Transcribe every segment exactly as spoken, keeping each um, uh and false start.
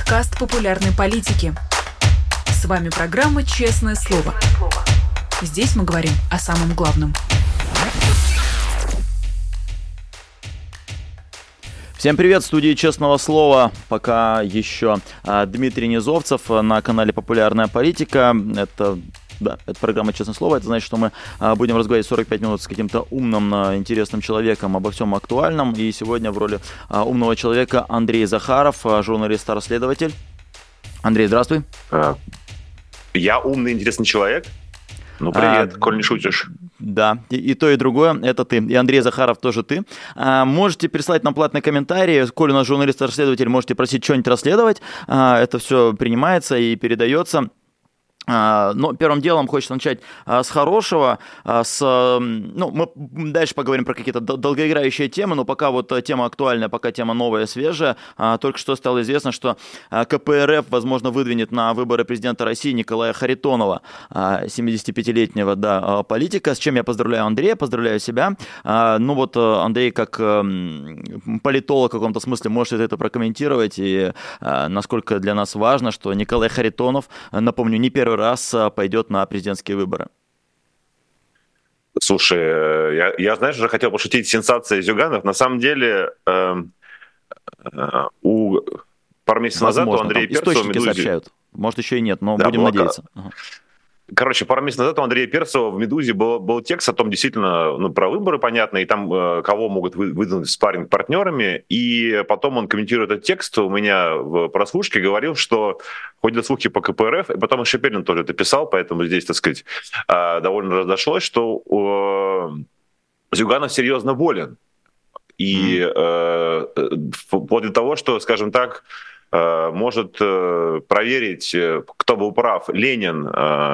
подкаст популярной политики. С вами программа «Честное слово». Здесь мы говорим о самом главном. Всем привет, в студии «Честного слова» пока еще Дмитрий Низовцев на канале «Популярная политика». Это, да, это программа «Честное слово». Это значит, что мы будем разговаривать сорок пять минут с каким-то умным, интересным человеком обо всем актуальном. И сегодня в роли умного человека Андрей Захаров, журналист-расследователь. Андрей, здравствуй. Я умный, интересный человек? Ну, привет, а, коль не шутишь. Да, и, и то, и другое, это ты. И Андрей Захаров тоже ты. А, можете прислать нам платные комментарии. Коль у нас журналист-расследователь, можете просить что-нибудь расследовать. А, это все принимается и передается. Но первым делом хочется начать с хорошего, с, ну, мы дальше поговорим про какие-то долгоиграющие темы, но пока вот тема актуальная, пока тема новая, свежая. Только что стало известно, что ка пэ эр эф, возможно, выдвинет на выборы президента России Николая Харитонова, семидесятипятилетнего, да, политика, с чем я поздравляю Андрея, поздравляю себя. Ну вот Андрей, как политолог в каком-то смысле, можете это прокомментировать, и насколько для нас важно, что Николай Харитонов, напомню, не первый раз пойдет на президентские выборы. Слушай, я, я знаешь, уже хотел пошутить сенсация Зюганов. На самом деле, э, э, у пару месяцев Возможно, назад у Андрея Перцева... Источники Медузе... сообщают. Может, еще и нет, но да, будем было... надеяться. Ага. Короче, пару месяцев назад у Андрея Перцева в «Медузе» был, был текст о том, действительно, ну, про выборы, понятно, и там э, кого могут вы, выдвинуть спарринг-партнерами. И потом он, комментируя этот текст, у меня в прослушке говорил, что ходят слухи по ка пэ эр эф, и потом и Шепелин тоже это писал, поэтому здесь, так сказать, э, довольно разошлось, что э, Зюганов серьезно болен. И э, вплоть до того, что, скажем так, может проверить, кто был прав, Ленин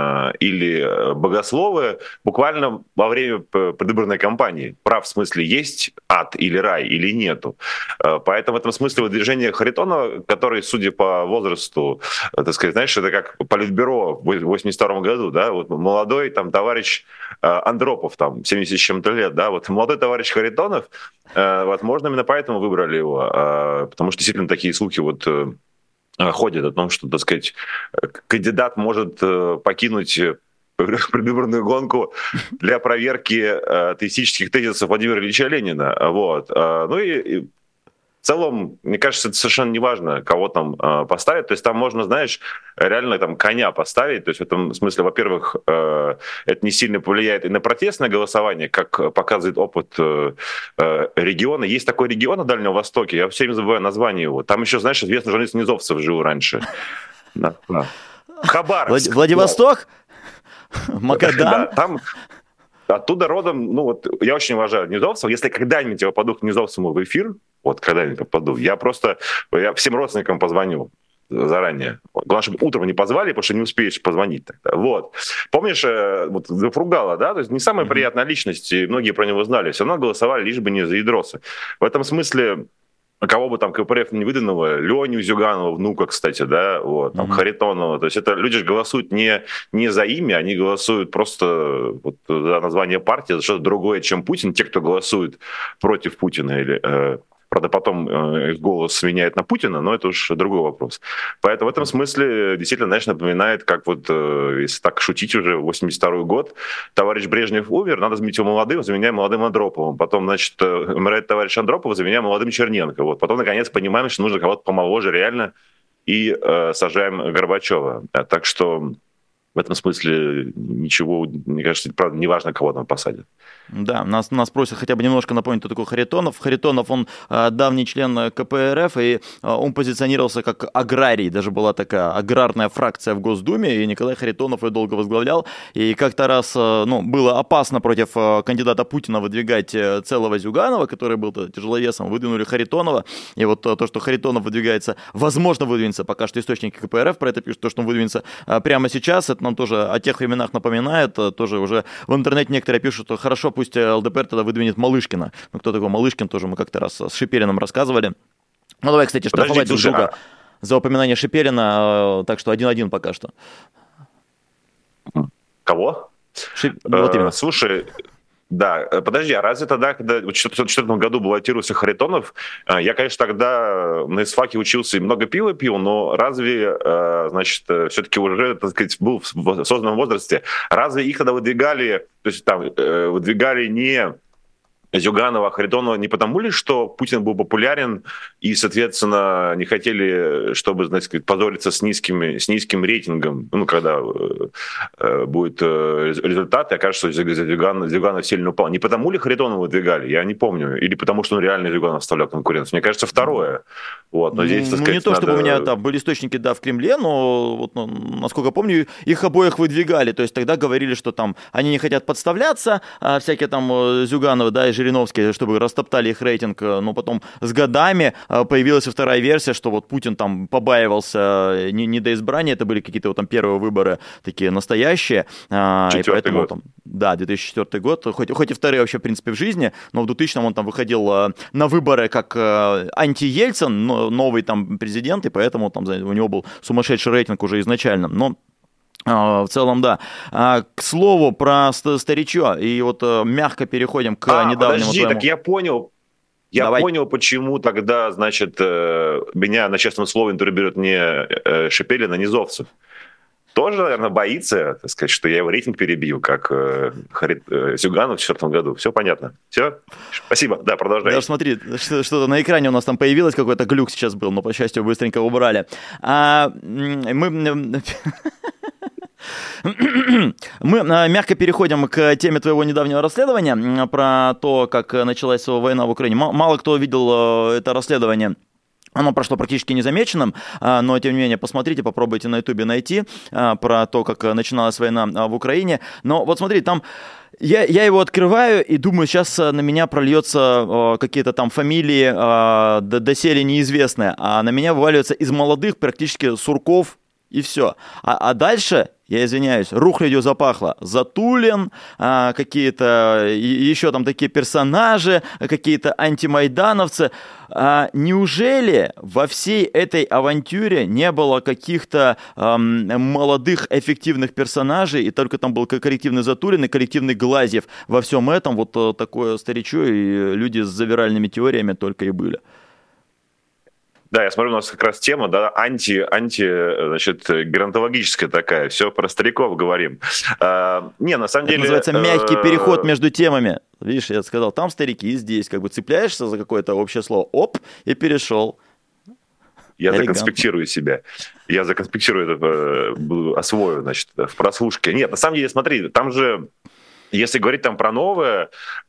или богословы, буквально во время предвыборной кампании. Прав в смысле есть ад или рай или нету. Поэтому в этом смысле выдвижение Харитонова, который, судя по возрасту, так сказать, знаешь, это как политбюро в восемьдесят втором году, да, вот молодой там товарищ Андропов, там, семьдесят с чем-то лет, да, вот молодой товарищ Харитонов, возможно, именно поэтому выбрали его, потому что действительно такие слухи вот ходят о том, что, так сказать, кандидат может покинуть предвыборную гонку для проверки теистических тезисов Владимира Ильича Ленина. Вот. Ну и, и в целом, мне кажется, это совершенно не важно, кого там э, поставить. То есть там можно, знаешь, реально там коня поставить. То есть в этом смысле, во-первых, э, это не сильно повлияет и на протестное голосование, как показывает опыт э, э, региона. Есть такой регион на Дальнем Востоке, я все время забываю название его. Там еще, знаешь, известный журналист Низовцев жил раньше. Хабаровск. Владивосток? Магадан? Там... Оттуда родом, ну вот, я очень уважаю Низовцева. Если когда-нибудь я попаду к Низовцеву в эфир, вот когда-нибудь попаду, я просто, я всем родственникам позвоню заранее. Главное, чтобы утром не позвали, потому что не успеешь позвонить тогда. Вот. Помнишь, вот Зафругала, да? То есть не самая приятная личность, и многие про него знали. Все равно голосовали лишь бы не за Ядроса. В этом смысле... Кого бы там ка пэ эр эф не выданного, Леню Зюганова, внука, кстати, да, вот, там, mm-hmm. Харитонова. То есть это люди же голосуют не, не за имя, они голосуют просто вот, за название партии, за что-то другое, чем Путин. Те, кто голосует против Путина или... Э, правда, потом э, их голос сменяет на Путина, но это уж другой вопрос. Поэтому в этом смысле действительно, знаешь, напоминает, как вот, э, если так шутить уже, восемьдесят второй год, товарищ Брежнев умер, надо заменить его молодым, заменяем молодым Андроповым. Потом, значит, умирает товарищ Андропов, заменяем молодым Черненко. Вот. Потом, наконец, понимаем, что нужно кого-то помоложе реально, и э, сажаем Горбачева. Так что в этом смысле ничего, мне кажется, правда, не важно, кого там посадят. Да, нас, нас просят хотя бы немножко напомнить, кто такой Харитонов. Харитонов, он э, давний член ка пэ эр эф, и э, он позиционировался как аграрий. Даже была такая аграрная фракция в Госдуме, и Николай Харитонов ее долго возглавлял. И как-то раз э, ну, было опасно против э, кандидата Путина выдвигать э, целого Зюганова, который был тяжеловесом, выдвинули Харитонова. И вот э, то, что Харитонов выдвигается, возможно, выдвинется, пока что источники ка пэ эр эф про это пишут, то, что он выдвинется э, прямо сейчас, это нам тоже о тех временах напоминает. Э, тоже уже в интернете некоторые пишут, что хорошо, пусть эл дэ пэ эр тогда выдвинет Малышкина. Ну, кто такой Малышкин, тоже мы как-то раз с Шепелиным рассказывали. Ну, давай, кстати, штрафовать друг друга а... за упоминание Шепелина, так что один-один пока что. Кого? Шеп... Вот именно. Слушай, Да, подожди, а разве тогда, когда в две тысячи четвёртом году баллотировался Харитонов, я, конечно, тогда на ИСФАКе учился и много пива пил, но разве, значит, все-таки уже, так сказать, был в осознанном возрасте, разве их тогда выдвигали, то есть там выдвигали не Зюганова, Харитонова не потому ли, что Путин был популярен и, соответственно, не хотели, чтобы, значит, позориться с, низкими, с низким рейтингом, ну, когда э, будет э, результат, и окажется, что Зюганов, Зюганов сильно упал. Не потому ли Харитонова выдвигали, я не помню, или потому что он реально Зюганов вставлял конкуренцию. Мне кажется, второе. Вот, но здесь, ну, так сказать, не то, надо... чтобы у меня там были источники, да, в Кремле, но, вот, ну, насколько помню, их обоих выдвигали. То есть тогда говорили, что там они не хотят подставляться, а всякие там Зюгановы, да, и Жириновский, чтобы растоптали их рейтинг, но потом с годами появилась вторая версия, что вот Путин там побаивался не, не до избрания, это были какие-то вот там первые выборы такие настоящие. Четвертый и поэтому, год. Там, да, две тысячи четвёртый год, хоть, хоть и вторые вообще, в принципе, в жизни, но в двухтысячном он там выходил на выборы как анти-Ельцин, новый там президент, и поэтому там у него был сумасшедший рейтинг уже изначально. Но в целом, да. К слову про старичье, и вот мягко переходим к а, недавнему подожди, твоему... так я понял. Я Давай. понял, почему тогда, значит, меня на честном слове интервьюирует не Шепелин, а Низовцев. Тоже, наверное, боится, так сказать, что я его рейтинг перебью, как Харит... Зюганов в четвертом году. Все понятно. Все? Спасибо. Да, продолжай. Даже смотри, что-то на экране у нас там появилось, какой-то глюк сейчас был, но, по счастью, быстренько убрали. А мы... Мы мягко переходим к теме твоего недавнего расследования про то, как началась война в Украине. Мало кто видел это расследование. Оно прошло практически незамеченным, но, тем не менее, посмотрите, попробуйте на Ютубе найти про то, как начиналась война в Украине. Но вот смотри, там... Я, я его открываю и думаю, сейчас на меня прольется э, какие-то там фамилии э, доселе неизвестные, а на меня вываливаются из молодых практически Сурков и все. А, а дальше, я извиняюсь, рухлядью запахло. Затулин, а, какие-то еще там такие персонажи, какие-то антимайдановцы. А неужели во всей этой авантюре не было каких-то эм, молодых эффективных персонажей, и только там был коллективный Затулин и коллективный Глазьев? Во всем этом вот такое старичье, и люди с завиральными теориями только и были. Да, я смотрю, у нас как раз тема, да, анти, анти, значит, геронтологическая такая, все про стариков говорим. А, не, на самом это деле... называется мягкий переход между темами. Видишь, я сказал, там старики, здесь как бы цепляешься за какое-то общее слово, оп, и перешел. Я Элегантно. законспектирую себя. Я законспектирую это, буду освою, значит, в прослушке. Нет, на самом деле, смотри, там же... Если говорить там про новое,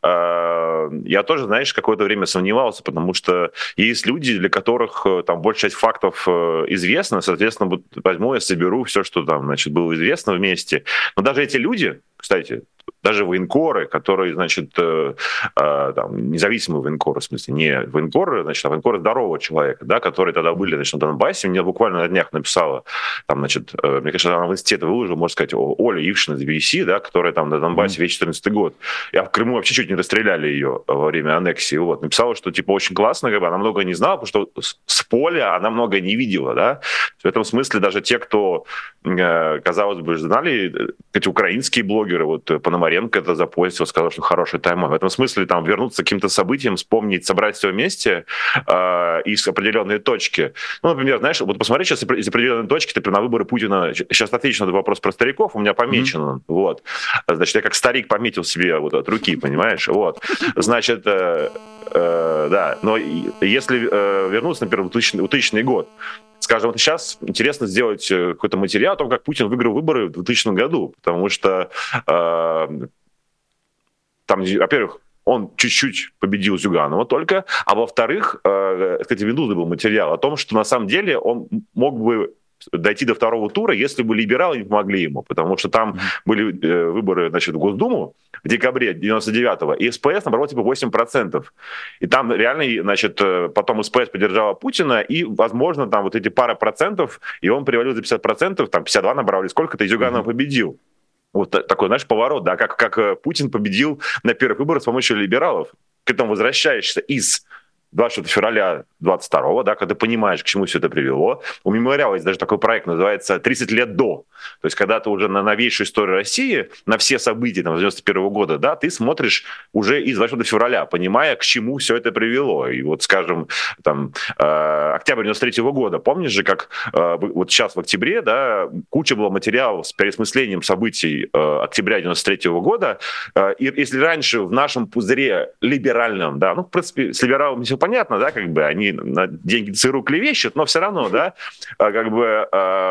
э, я тоже, знаешь, какое-то время сомневался, потому что есть люди, для которых там большая часть фактов известна, соответственно, вот возьму я соберу все, что там, значит, было известно вместе. Но даже эти люди, кстати, даже военкоры, которые, значит, э, э, там, независимые военкоры, в смысле, не военкоры, значит, а военкоры здорового человека, да, которые тогда были, значит, на Донбассе, мне буквально на днях написала, там, значит, э, мне кажется, она в институте выложила, можно сказать, Оля Ившина из би би си, да, которая там на Донбассе весь четырнадцатый год. Я в Крыму вообще чуть не расстреляли ее во время аннексии, вот, написала, что, типа, очень классно, как бы, она много не знала, потому что с поля она много не видела, да, в этом смысле даже те, кто, э, казалось бы, знали, эти украинские блогеры, вот, Пономаренко это запостил, сказал, что хороший тайм. В этом смысле там вернуться к каким-то событиям, вспомнить, собрать все вместе э, из определенной точки. Ну, например, знаешь, вот посмотри сейчас из определенной точки, ты на выборы Путина, сейчас отвечу на этот вопрос про стариков, у меня помечен он, mm-hmm. вот. Значит, я как старик пометил себе вот от руки, понимаешь, вот. Значит, э, э, да, но если э, вернуться, например, в двухтысячный год, скажем, вот сейчас интересно сделать какой-то материал о том, как Путин выиграл выборы в двухтысячном году, потому что э, там, во-первых, он чуть-чуть победил Зюганова только, а во-вторых, э, кстати, в «Медузе» был материал о том, что на самом деле он мог бы дойти до второго тура, если бы либералы не помогли ему, потому что там mm-hmm. были э, выборы, значит, в Госдуму в декабре девяносто девятого, и СПС набрал типа восемь процентов. И там реально, значит, потом СПС поддержала Путина, и, возможно, там вот эти пара процентов, и он перевалил за пятьдесят процентов, там пятьдесят два набрали, сколько-то, и Зюганов mm-hmm. победил. Вот такой, знаешь, поворот, да, как, как Путин победил на первых выборах с помощью либералов. К этому возвращаешься из двадцать четвёртого февраля двадцать второго, да, когда ты понимаешь, к чему все это привело. У «Мемориала» есть даже такой проект, называется «тридцать лет до». То есть, когда ты уже на новейшую историю России, на все события там, с девяносто первого года, да, ты смотришь уже из двадцать четвёртого февраля, понимая, к чему все это привело. И вот, скажем, там, э, октябрь девяносто третьего года, помнишь же, как э, вот сейчас в октябре, да, куча было материалов с переосмыслением событий э, октября девяносто третьего года, э, и если раньше в нашем пузыре либеральном, да, ну, в принципе, с либералами все понятно, да, как бы они на деньги ЦРУ клевещут, но все равно, да, как бы,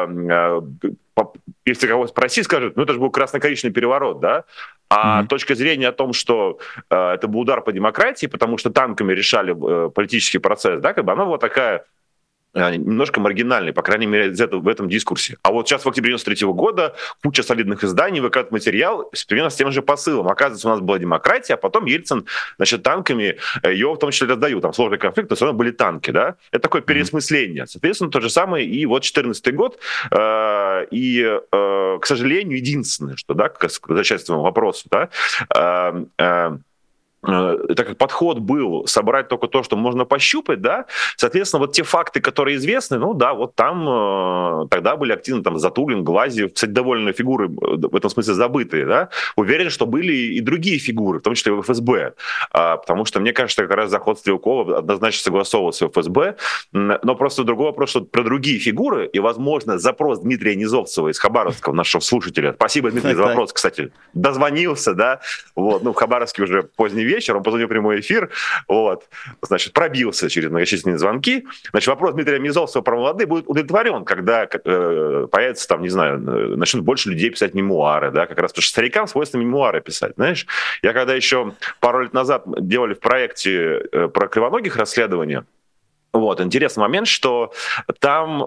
если кого спросить, скажут, ну, это же был красно-коричневый переворот, да, а mm-hmm. точка зрения о том, что это был удар по демократии, потому что танками решали политический процесс, да, как бы она была такая немножко маргинальный, по крайней мере, в этом дискурсе. А вот сейчас в октябре девяносто третьего года куча солидных изданий выкладывает материал примерно с тем же посылом. Оказывается, у нас была демократия, а потом Ельцин, значит, танками ее в том числе раздают. Там сложный конфликт, но все равно были танки, да? Это такое переосмысление. Соответственно, то же самое и вот четырнадцатый год. Э, и, э, к сожалению, единственное, что, да, к возвращаясь к этому вопросу, да, э, э, так как подход был собрать только то, что можно пощупать, да, соответственно, вот те факты, которые известны, ну да, вот там э, тогда были активны там Затулин, Глазьев, кстати, довольно фигуры в этом смысле забытые, да, уверен, что были и другие фигуры, в том числе в эф эс бэ, а, потому что, мне кажется, как раз заход Стрелкова однозначно согласовывался в эф эс бэ, но просто другой вопрос, что про другие фигуры, и, возможно, запрос Дмитрия Низовцева из Хабаровского, нашего слушателя, спасибо, Дмитрий, так, за вопрос, так. Кстати, дозвонился, да, вот, ну, в Хабаровске уже поздний вечер, вечер, он позвонил в прямой эфир, вот, значит, пробился через многочисленные звонки. Значит, вопрос Дмитрия Мизовцева про молодые будет удовлетворен, когда э, появится, там, не знаю, начнут больше людей писать мемуары, да, как раз потому что старикам свойственно мемуары писать, знаешь. Я когда еще пару лет назад делали в проекте э, про кривоногих расследования, вот, интересный момент, что там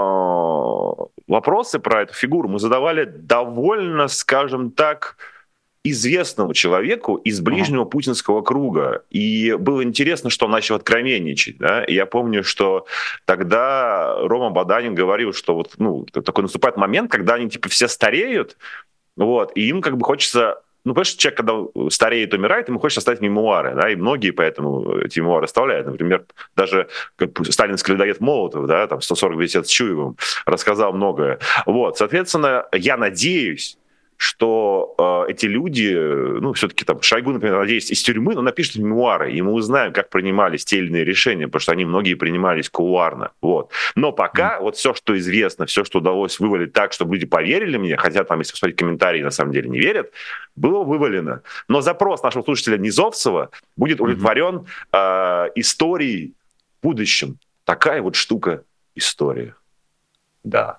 э, вопросы про эту фигуру мы задавали довольно, скажем так, известному человеку из ближнего uh-huh. путинского круга. И было интересно, что он начал откровенничать. Да? И я помню, что тогда Рома Баданин говорил, что вот, ну, такой наступает момент, когда они типа все стареют, вот, и им как бы хочется... Ну, понимаешь, человек, когда стареет, умирает, ему хочется оставить мемуары, да, и многие поэтому эти мемуары оставляют. Например, даже как сталинский людоед Молотов, да, там сто сорок бесед с Чуевым, рассказал многое. Вот, соответственно, я надеюсь, что э, эти люди, ну, все-таки там Шойгу, например, надеюсь, из тюрьмы, но напишут мемуары, и мы узнаем, как принимались те или иные решения, потому что они многие принимались кулуарно, вот. Но пока mm. вот все, что известно, все, что удалось вывалить так, чтобы люди поверили мне, хотя там, если посмотреть комментарии, на самом деле не верят, было вывалено. Но запрос нашего слушателя Низовцева будет удовлетворен mm-hmm. э, историей в будущем. Такая вот штука история. Да.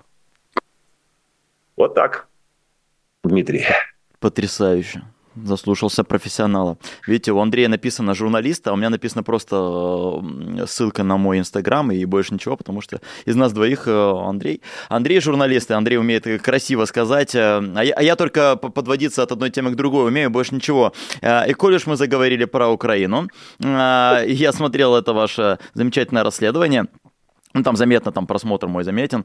Вот так. Дмитрий. Потрясающе. Заслушался профессионала. Видите, у Андрея написано журналист, а у меня написано просто ссылка на мой инстаграм и больше ничего, потому что из нас двоих Андрей. Андрей журналист, и Андрей умеет красиво сказать, а я, а я только подводиться от одной темы к другой умею, больше ничего. И коль уж мы заговорили про Украину, я смотрел это ваше замечательное расследование. Ну, там заметно, там просмотр мой заметен.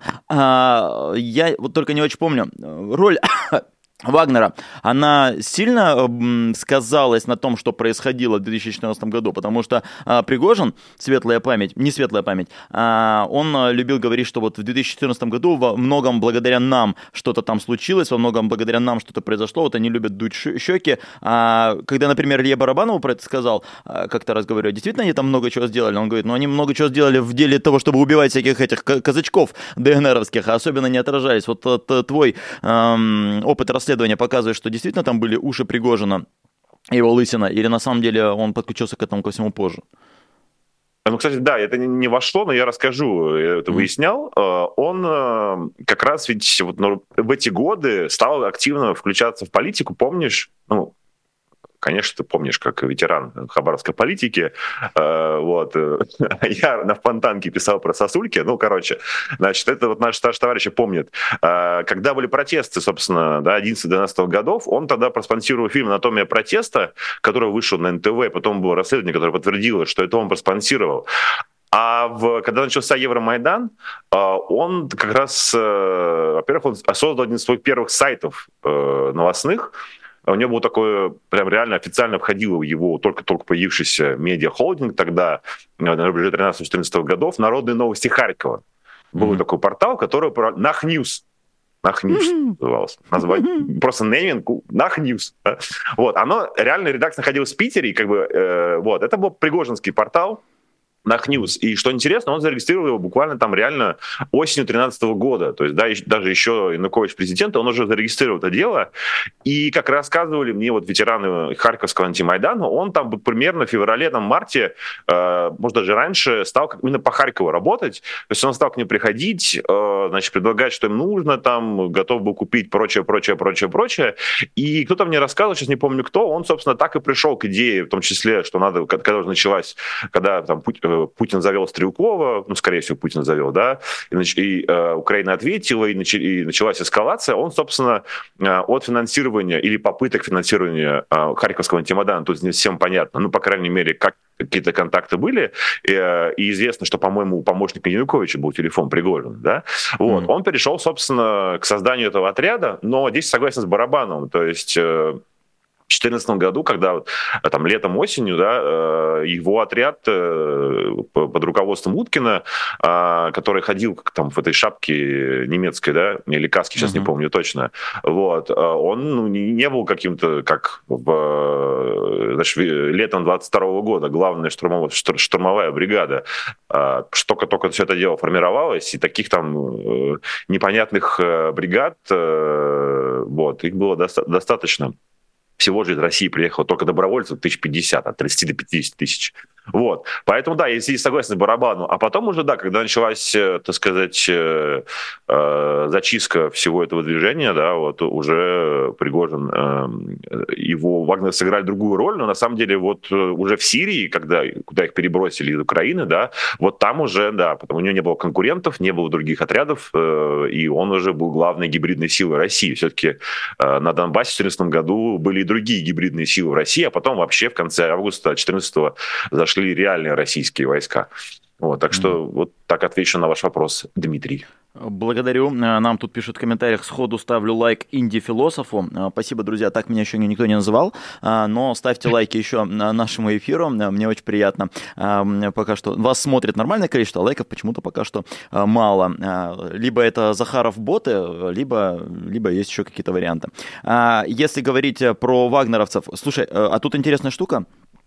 Я вот только не очень помню роль Вагнера, она сильно сказалась на том, что происходило в две тысячи четырнадцатом году, потому что а, Пригожин, светлая память, не светлая память, а, он любил говорить, что вот в две тысячи четырнадцатом году во многом благодаря нам что-то там случилось, во многом благодаря нам что-то произошло, вот они любят дуть щеки. А, когда, например, Илья Барабанову про это сказал, а, как-то раз говорю, действительно они там много чего сделали? Он говорит, ну они много чего сделали в деле того, чтобы убивать всяких этих казачков ДНРовских, а особенно не отражались. Вот твой эм, опыт расследования Расследование показывает, что действительно там были уши Пригожина и его лысина, или на самом деле он подключился к этому ко всему позже? Ну, кстати, да, это не вошло, но я расскажу, я это mm. выяснял. Он как раз ведь вот в эти годы стал активно включаться в политику, помнишь? Ну, конечно, ты помнишь, как ветеран хабаровской политики, э, вот, я на Фонтанке писал про сосульки, ну, короче, значит, это вот наши старшие товарищи помнят. Э, когда были протесты, собственно, да, одиннадцатого-двенадцатого годов, он тогда проспонсировал фильм «Анатомия протеста», который вышел на эн тэ вэ, потом было расследование, которое подтвердило, что это он проспонсировал. А в, когда начался Евромайдан, он как раз, во-первых, он создал один из своих первых сайтов новостных, у него был такой, прям реально официально входил в его только-только появившийся медиа-холдинг тогда, на рубеже тринадцатого-четырнадцатого годов, «Народные новости Харькова». Был mm-hmm. такой портал, который... Нахньюз. Нахньюз mm-hmm. назывался. Название. Mm-hmm. Просто нейминг Нахньюз. Да? Вот. Оно, реально, редакция находилась в Питере, и как бы, э, вот. Это был пригожинский портал, Нахньюз. И что интересно, он зарегистрировал его буквально там реально осенью две тысячи тринадцатого года. То есть да, даже еще Янукович президент, он уже зарегистрировал это дело. И как рассказывали мне вот ветераны Харьковского антимайдана, он там примерно в феврале, там, марте, э, может даже раньше, стал именно по Харькову работать. То есть он стал к ним приходить, э, значит, предлагать, что им нужно, там, готов был купить прочее, прочее, прочее, прочее. И кто-то мне рассказывал, сейчас не помню кто, он, собственно, так и пришел к идее, в том числе, что надо, когда уже началась, когда там Путин завел Стрелкова, ну, скорее всего, Путин завел, да, и, и э, Украина ответила, и, нач, и началась эскалация. Он, собственно, э, от финансирования или попыток финансирования э, Харьковского антимайдана, тут не всем понятно, ну, по крайней мере, как какие-то контакты были, э, и известно, что, по-моему, у помощника Януковича был телефон Пригожина, да, вот, mm-hmm. он перешел, собственно, к созданию этого отряда, но здесь согласен с Барабановым, то есть... Э, В две тысячи четырнадцатом году, когда там летом, осенью, да, его отряд под руководством Уткина, который ходил как там в этой шапке немецкой, да, или каске, сейчас uh-huh. не помню точно, вот, он ну, не был каким-то, как в, значит, летом двадцать второго года, главная штурмовая, штурмовая бригада, только-только все это дело формировалось, и таких там непонятных бригад, вот, их было доста- достаточно. Всего же из России приехало только добровольцев тысяч пятьдесят, от тридцати до пятидесяти тысяч. Вот. Поэтому, да, если согласен с Барабану. А потом уже, да, когда началась, так сказать, э, э, зачистка всего этого движения, да, вот уже Пригожин, э, его Вагнер сыграли другую роль, но на самом деле вот уже в Сирии, когда, куда их перебросили из Украины, да, вот там уже, да, потому у него не было конкурентов, не было других отрядов, э, и он уже был главной гибридной силой России. Все-таки э, на Донбассе в две тысячи четырнадцатом году были и другие гибридные силы в России, а потом вообще в конце августа две тысячи четырнадцатого зашли реальные российские войска. Вот, так что mm. вот так отвечу на ваш вопрос, Дмитрий. Благодарю. Нам тут пишут в комментариях: сходу ставлю лайк инди-философу. Спасибо, друзья, так меня еще никто не называл, но ставьте лайки еще нашему эфиру, мне очень приятно. Пока что вас смотрит нормальное количество, лайков почему-то пока что мало. Либо это Захаров боты, либо, либо есть еще какие-то варианты. Если говорить про вагнеровцев, слушай, а тут интересная штука.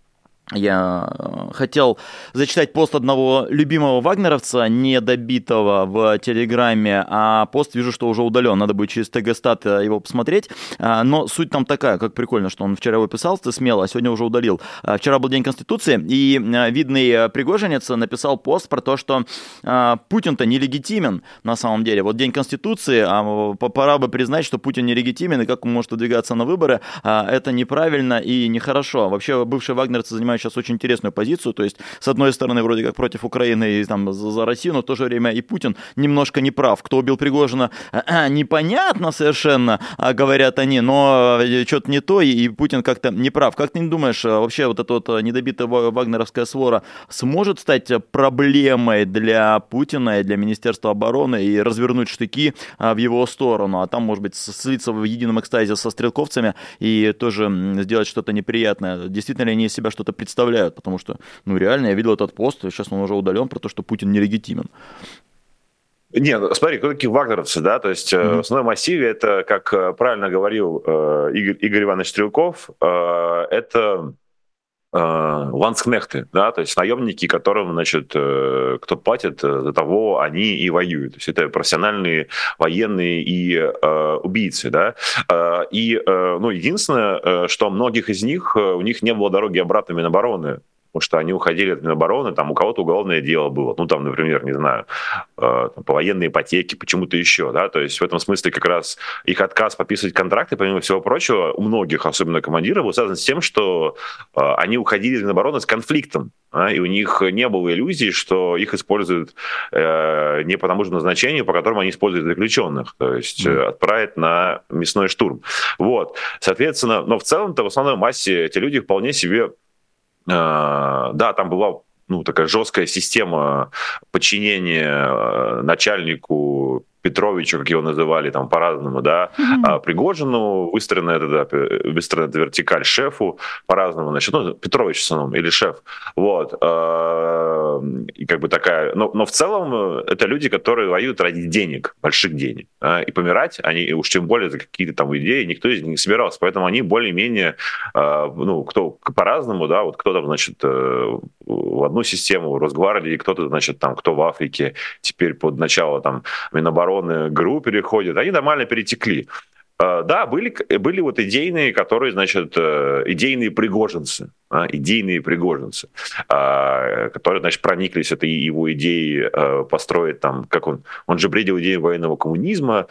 Я хотел зачитать пост одного любимого вагнеровца, недобитого в Телеграме, а пост вижу, что уже удален. Надо будет через ТГ-стат его посмотреть. Но суть там такая, как прикольно, что он вчера его писал, ты смело, а сегодня уже удалил. Вчера был День Конституции, и видный пригожинец написал пост про то, что Путин-то нелегитимен на самом деле. Вот День Конституции, а пора бы признать, что Путин нелегитимен, и как он может выдвигаться на выборы, это неправильно и нехорошо. Вообще бывшие вагнеровцы занимают сейчас очень интересную позицию, то есть с одной стороны вроде как против Украины и там за Россию, но в то же время и Путин немножко не прав. Кто убил Пригожина, а, непонятно совершенно, а, говорят они, но что-то не то, и Путин как-то не прав. Как ты не думаешь, вообще вот эта вот недобитая вагнеровская свора сможет стать проблемой для Путина и для Министерства обороны и развернуть штыки а, в его сторону, а там, может быть, слиться в едином экстазе со стрелковцами и тоже сделать что-то неприятное? Действительно ли они из себя что-то представляют? Потому что, ну, реально, я видел этот пост, сейчас он уже удален, про то, что Путин нелегитимен. Нет, смотри, кто такие вагнеровцы, да, то есть mm-hmm. в основном массиве это, как правильно говорил Игорь, Игорь Иванович Стрелков, это ландскнехты, да, то есть наемники, которым, значит, кто платит, за того они и воюют. То есть это профессиональные военные и э, убийцы, да. И, э, ну, единственное, что многих из них, у них не было дороги обратно в Минобороны, потому что они уходили от Минобороны, там у кого-то уголовное дело было, ну там, например, не знаю, э, там, по военной ипотеке, почему-то еще, да, то есть в этом смысле как раз их отказ подписывать контракты, помимо всего прочего, у многих, особенно командиров, был связан с тем, что э, они уходили из Минобороны с конфликтом, да, и у них не было иллюзий, что их используют э, не по тому же назначению, по которому они используют заключенных, то есть э, отправить на мясной штурм. Вот, соответственно, но в целом-то в основной массе эти люди вполне себе... Да, там была, ну, такая жесткая система подчинения начальнику Петровичу, как его называли там по-разному, да, mm-hmm. а Пригожину выстроена эта, да, выстроена эта вертикаль, шефу по-разному, значит, ну, Петрович в основном, или шеф, вот, и как бы такая, но, но в целом это люди, которые воюют ради денег, больших денег, да, и помирать они, и уж тем более за какие-то там идеи, никто из них не собирался, поэтому они более-менее, ну, кто по-разному, да, вот кто там, значит, в одну систему, Росгвардии, кто-то, значит, там, кто в Африке, теперь под начало там Минобороны, ГРУ переходят, они нормально перетекли. Да, были, были вот идейные, которые, значит, идейные пригожинцы, идейные пригожинцы, которые, значит, прониклись этой его идеей построить там, как он, он же бредил идею военного коммунизма,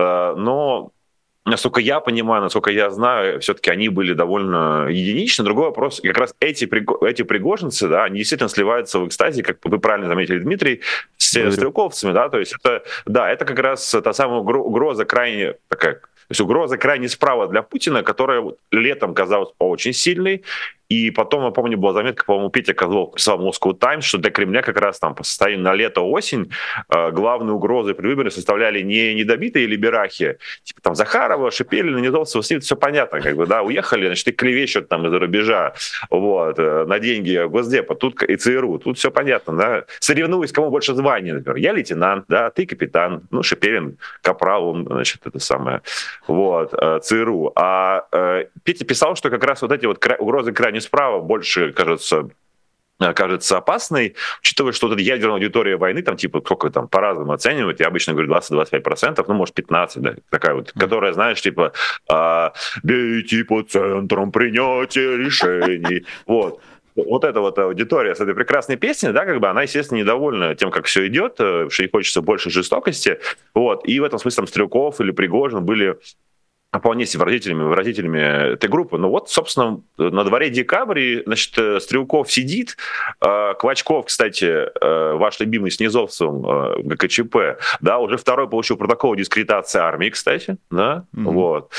но насколько я понимаю, насколько я знаю, все-таки они были довольно единичны. Другой вопрос, как раз эти, эти пригожинцы, да, они действительно сливаются в экстазе, как вы правильно заметили, Дмитрий, с Говорю. стрелковцами, да, то есть это, да, это как раз та самая угроза крайне такая, то есть угроза крайне справа для Путина, которая летом казалась очень сильной. И потом, я помню, была заметка, по-моему, Петя Козлов писал в Moscow Times, что для Кремля как раз там по состоянию на лето-осень э, главные угрозы при выборе составляли не недобитые либерахи, типа там Захарова, Шепелина, Недовцева, с ним все понятно, как бы, да, уехали, значит, и клевещут там из-за рубежа, вот, э, на деньги Госдепа, тут и ЦРУ, тут все понятно, да, соревнуюсь, кому больше званий, например, я лейтенант, да, ты капитан, ну, Шепелин, капрал, он, значит, это самое, вот, э, ЦРУ, а э, Петя писал, что как раз вот эти вот кра- угрозы крайне справа больше, кажется, кажется опасной, учитывая, что вот эта ядерная аудитория войны, там типа, сколько там по-разному оценивают, я обычно говорю двадцать-двадцать пять процентов, ну, может, пятнадцать, да, такая вот, mm-hmm. которая, знаешь, типа, а, бейте по центрам принятия решений, вот. Вот эта вот аудитория с этой прекрасной песней, да, как бы она, естественно, недовольна тем, как все идет, что ей хочется больше жестокости, вот, и в этом смысле там Стрелков или Пригожин были вполне себе выразителями, выразителями этой группы. Ну вот, собственно, на дворе декабрь, и, значит, Стрелков сидит, Квачков, кстати, ваш любимый с Низовцевым, ГКЧП, да, уже второй получил протокол дискредитации армии, кстати, да, mm-hmm. вот,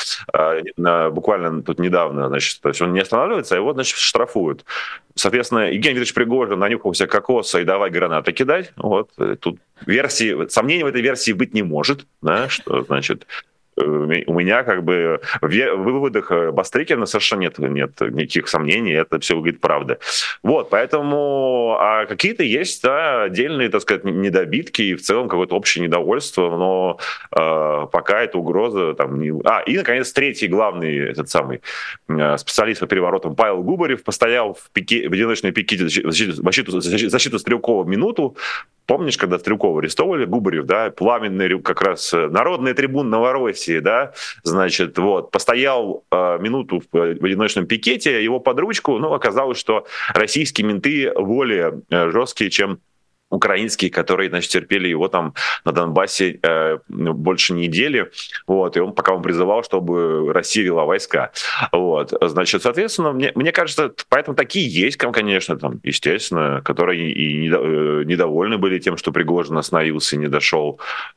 буквально тут недавно, значит, то есть он не останавливается, а его, значит, штрафуют. Соответственно, Евгений Викторович Пригожин нанюхался кокоса и давай гранаты кидать, вот, тут версии, сомнений в этой версии быть не может, да, что, значит, у меня как бы в выводах Бастрыкина совершенно нет, нет никаких сомнений, это все выглядит правда. Вот, поэтому а какие-то есть, да, отдельные, так сказать, недобитки и в целом какое-то общее недовольство, но э, пока эта угроза там не... А, и, наконец, третий главный этот самый э, специалист по переворотам Павел Губарев постоял в, пике, в одиночной пикете защиту, защиту, защиту Стрелкова минуту. Помнишь, когда Стрелкова арестовывали, Губарев, да, пламенный как раз народный трибун Новороссии, да, значит, вот, постоял э, минуту в, в одиночном пикете, его под ручку, ну, оказалось, что российские менты более э, жесткие, чем украинские, которые, значит, терпели его там на Донбассе э, больше недели, вот, и он пока он призывал, чтобы Россия вела войска, вот, значит, соответственно, мне, мне кажется, поэтому такие есть, конечно, там, естественно, которые и недовольны были тем, что Пригожин остановился и не дошел,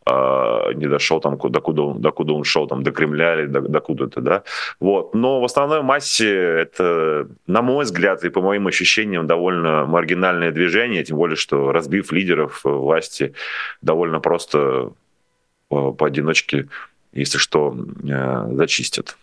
э, не дошел там, куда, куда он, до куда он шел, там, до Кремля или до, до куда-то, да, вот, но в основной массе это, на мой взгляд, и по моим ощущениям, довольно маргинальное движение, тем более, что разбив лидеров власти довольно просто поодиночке, если что, зачистят.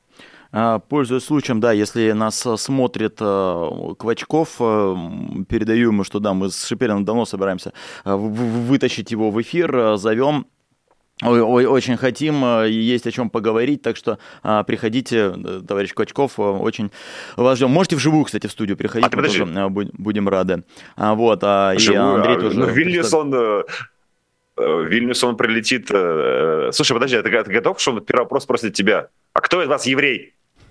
Пользуясь случаем, да, если нас смотрит Квачков, передаю ему, что да, мы с Шепелиным давно собираемся вытащить его в эфир, зовем. Ой, ой, очень хотим, есть о чем поговорить, так что а, приходите, товарищ Квачков, очень вас ждем. Можете вживую, кстати, в студию приходить, а, мы тоже будем рады. А, вот, а, и Андрей а, тоже... В Вильнюс он, в Вильнюс он прилетит... Слушай, подожди, ты, ты готов, что он первый вопрос спросит тебя? А кто из вас еврей?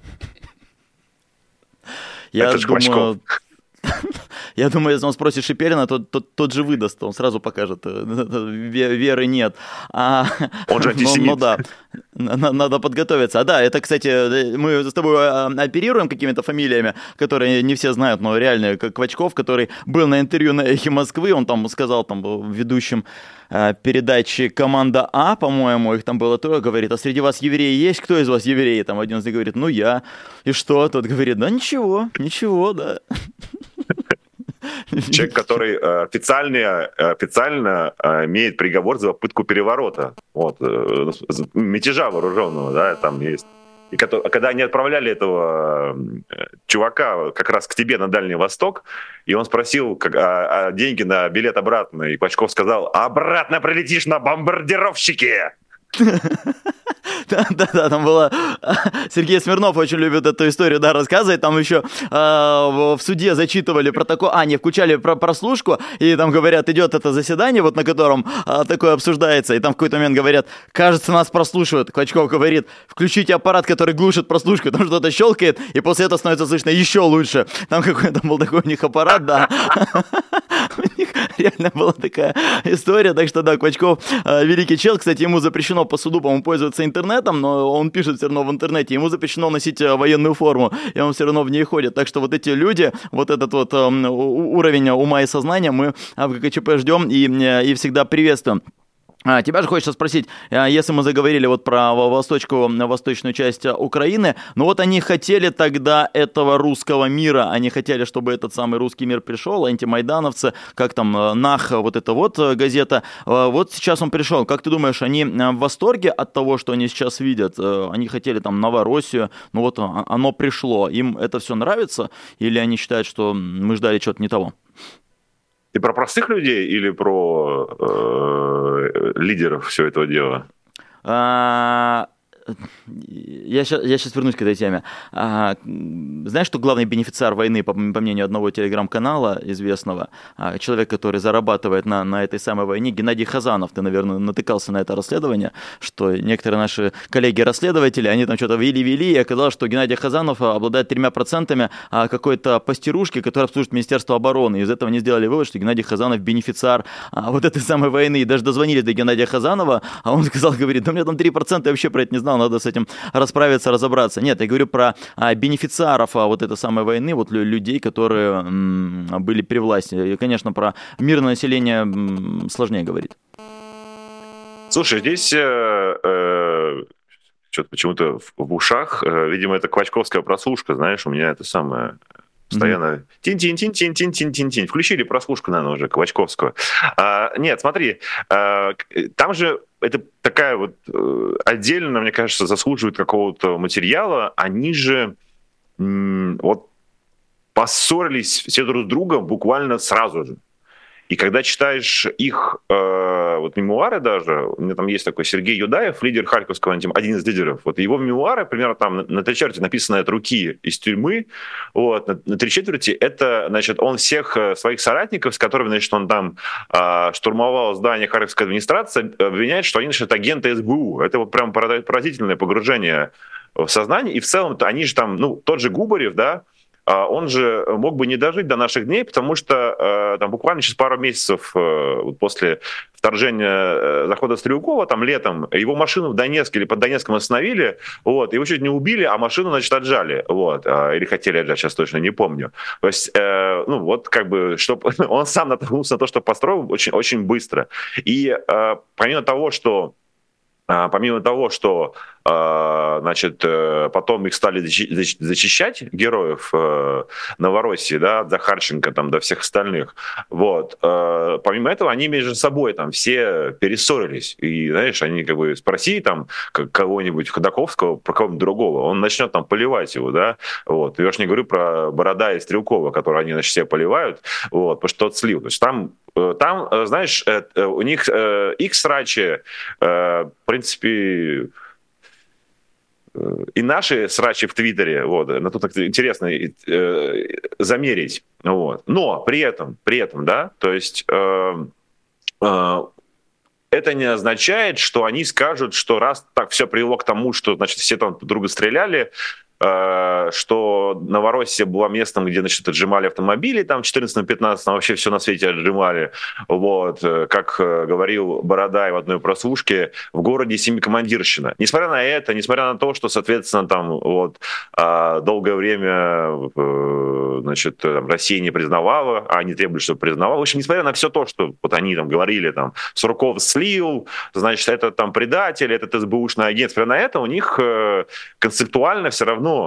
Я Это думаю... Я думаю, если он спросит Шепелина, то тот, тот же выдаст, он сразу покажет, веры нет. А, он же антисемит. Ну, ну да, надо подготовиться. А да, это, кстати, мы с тобой оперируем какими-то фамилиями, которые не все знают, но реально, как Квачков, который был на интервью на «Эхе Москвы», он там сказал, там был ведущим передачи «Команда А», по-моему, их там было трое, говорит, а среди вас евреи есть? Кто из вас евреи? Там один из них говорит, ну я. И что? Тот говорит, да ничего, ничего, да. Человек, который официально, официально имеет приговор за попытку переворота, вот, мятежа вооруженного, да, там есть. И когда они отправляли этого чувака как раз к тебе на Дальний Восток, и он спросил как, а, а деньги на билет обратно, и Клочков сказал: «Обратно прилетишь на бомбардировщике!» Да-да-да, там было... Сергей Смирнов очень любит эту историю, да, рассказывать. Там еще э, в суде зачитывали протокол... А, не, включали про прослушку, и там говорят, идет это заседание, вот на котором э, такое обсуждается, и там в какой-то момент говорят, кажется, нас прослушивают. Клочков говорит, включите аппарат, который глушит прослушку, там что-то щелкает, и после этого становится слышно еще лучше. Там какой-то был такой у них аппарат, да. У них реально была такая история, так что, да, Клочков великий чел. Кстати, ему запрещено по суду, по-моему, пользоваться интернетом, но он пишет все равно в интернете, ему запрещено носить военную форму, и он все равно в ней ходит. Так что вот эти люди, вот этот вот э, уровень ума и сознания мы в ГКЧП ждем и, и всегда приветствуем. А, тебя же хочется спросить, если мы заговорили вот про восточку, восточную часть Украины, ну вот они хотели тогда этого русского мира, они хотели, чтобы этот самый русский мир пришел, антимайдановцы, как там, НАХ, вот эта вот газета, вот сейчас он пришел. Как ты думаешь, они в восторге от того, что они сейчас видят? Они хотели там Новороссию, ну вот оно пришло, им это все нравится, или они считают, что мы ждали чего-то не того? Ты про простых людей или про э, лидеров всего этого дела? А... Я сейчас, я сейчас вернусь к этой теме. А, знаешь, что главный бенефициар войны, по, по мнению одного телеграм-канала известного, а, человек, который зарабатывает на, на этой самой войне, Геннадий Хазанов. Ты, наверное, натыкался на это расследование, что некоторые наши коллеги-расследователи, они там что-то вели-вели, и оказалось, что Геннадий Хазанов обладает тремя процентами какой-то пастерушки, которая обслуживает Министерство обороны. Из этого они сделали вывод, что Геннадий Хазанов бенефициар а, вот этой самой войны. И даже дозвонились до Геннадия Хазанова, а он сказал, говорит, да у меня там три процента, я вообще про это не знал, надо с этим расправиться, разобраться. Нет, я говорю про а, бенефициаров а, вот этой самой войны, вот людей, которые м, были при власти. И, конечно, про мирное население м, сложнее говорить. Слушай, здесь э, э, что-то почему-то в, в ушах, э, видимо, это клочковская прослушка, знаешь, у меня это самое... Постоянно тин-тин-тин-тин-тин-тин-тин-тин. Включили прослушку, наверное, уже, Ковачковскую. А, нет, смотри, а, там же это такая вот отдельно, мне кажется, заслуживает какого-то материала. Они же м- вот поссорились все друг с другом буквально сразу же. И когда читаешь их э, вот мемуары даже, у меня там есть такой Сергей Юдаев, лидер Харьковского, один из лидеров, вот его мемуары, примерно там на, на три четверти написаны от руки из тюрьмы, вот, на, на три четверти это, значит, он всех своих соратников, с которыми, значит, он там э, штурмовал здание Харьковской администрации, обвиняет, что они, значит, агенты СБУ. Это вот прям поразительное погружение в сознание, и в целом-то они же там, ну, тот же Губарев, да, он же мог бы не дожить до наших дней, потому что там буквально через пару месяцев после вторжения захода Стрелкова, там летом, его машину в Донецке или под Донецком остановили, вот, его чуть не убили, а машину, значит, отжали, вот, или хотели отжать, сейчас точно не помню. То есть, ну, вот, как бы, чтобы он сам натолкнулся на то, что построил очень, очень быстро. И помимо того, что Помимо того, что, значит, потом их стали зачищать, героев Новороссии, да, Захарченко, там, до всех остальных, вот, помимо этого они между собой там все перессорились, и, знаешь, они как бы спроси там кого-нибудь Ходаковского, про кого-нибудь другого, он начнет там поливать его, да, вот, я уж не говорю про Борода и Стрелкова, которые они, значит, все поливают, вот, потому что тот слил, то есть там Там, знаешь, у них их срачи, в принципе, и наши срачи в Твиттере, вот, на тут интересно замерить, вот. Но при этом, при этом, да, то есть это не означает, что они скажут, что раз так все привело к тому, что, значит, все там друг друга стреляли, что Новороссия была местом, где, значит, отжимали автомобили, там в четырнадцатом-пятнадцатом вообще все на свете отжимали. Вот, как говорил Бородай в одной прослушке, в городе семикомандирщина. Несмотря на это, несмотря на то, что, соответственно, там вот долгое время, значит, там, Россия не признавала, а они требовали, чтобы признавала. В общем, несмотря на все то, что вот они там говорили, там, Сурков слил, значит, это там предатель, этот СБУшный агент, несмотря на это, у них концептуально все равно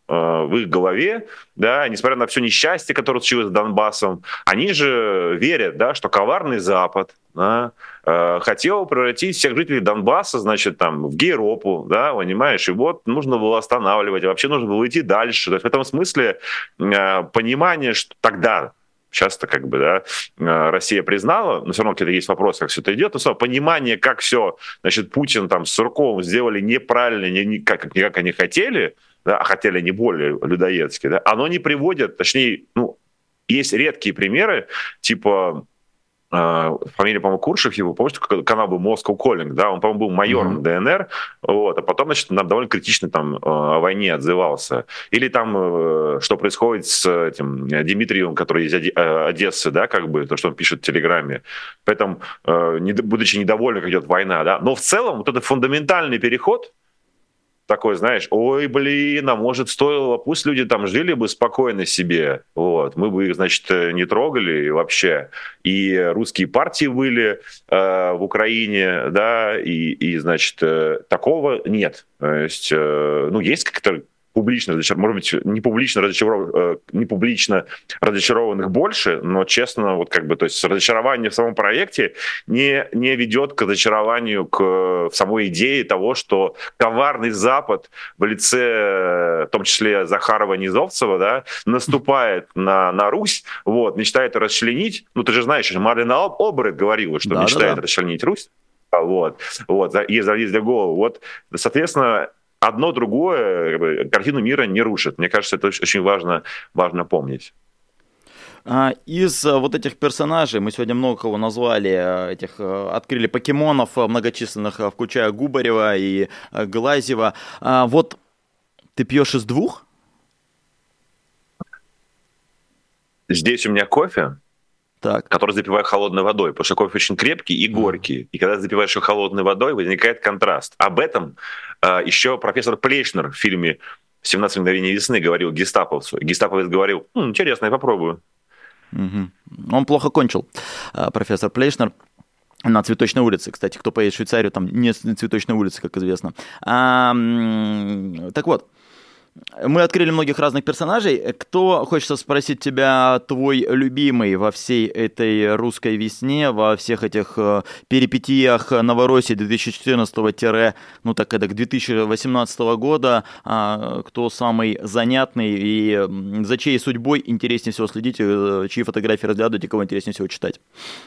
в их голове, да, несмотря на все несчастье, которое случилось с Донбассом, они же верят, да, что коварный Запад, да, э, хотел превратить всех жителей Донбасса, значит, там, в гейропу, да, понимаешь, и вот нужно было останавливать, а вообще нужно было идти дальше. То есть в этом смысле э, понимание, что тогда часто как бы, да, Россия признала, но все равно какие-то есть вопросы, как все это идет, но понимание, как все, значит, Путин там с Сурковым сделали неправильно, не, не, как, не как они хотели, да, а хотели они более людоедски, да, оно не приводит, точнее, ну, есть редкие примеры, типа э, фамилия, по-моему, Куршев его, помните, канал был Moscow Calling, да, он, по-моему, был майором mm-hmm. ДНР, вот, а потом, значит, нам довольно критично там э, о войне отзывался. Или там, э, что происходит с этим Дмитриевым, который из Одессы, да, как бы, то, что он пишет в Телеграме. Поэтому, э, не, будучи недовольным, как идет война, да, но в целом вот этот фундаментальный переход, такой, знаешь, ой, блин, а может стоило, пусть люди там жили бы спокойно себе, вот, мы бы их, значит, не трогали вообще, и русские партии были э, в Украине, да, и, и значит, э, такого нет, то есть, э, ну, есть как-то публично разочарованных, может быть, не публично разочарованных, не публично разочарованных больше, но честно, вот как бы, то есть разочарование в самом проекте не, не ведет к разочарованию к в самой идее того, что коварный Запад в лице, в том числе Захарова, Низовцева, да, наступает на, на Русь, вот, мечтает расчленить, ну ты же знаешь, Марлен Олбрайт говорила, что да, мечтает да, да. расчленить Русь, вот, вот, и залезли в голову, вот, соответственно, одно другое как бы, картину мира не рушит. Мне кажется, это очень важно, важно помнить. Из вот этих персонажей, мы сегодня много кого назвали, этих, открыли покемонов многочисленных, включая Губарева и Глазьева. Вот ты пьешь из двух? Здесь у меня кофе, так. который запиваю холодной водой, потому что кофе очень крепкий и горький. Mm. И когда запиваешь его холодной водой, возникает контраст. Об этом э, еще профессор Плейшнер в фильме «семнадцать мгновений весны» говорил гестаповцу. Гестаповец говорил, «М, интересно, я попробую». Mm-hmm. Он плохо кончил, профессор Плейшнер. На Цветочной улице, кстати, кто поедет в Швейцарию, там не Цветочной улицы, как известно. А, так вот. Мы открыли многих разных персонажей. Кто, хочется спросить тебя, твой любимый во всей этой русской весне, во всех этих э, перипетиях Новороссии две тысячи четырнадцатого ну так это, две тысячи восемнадцатого года, э, кто самый занятный и за чьей судьбой интереснее всего следить, э, чьи фотографии разглядывать и кого интереснее всего читать?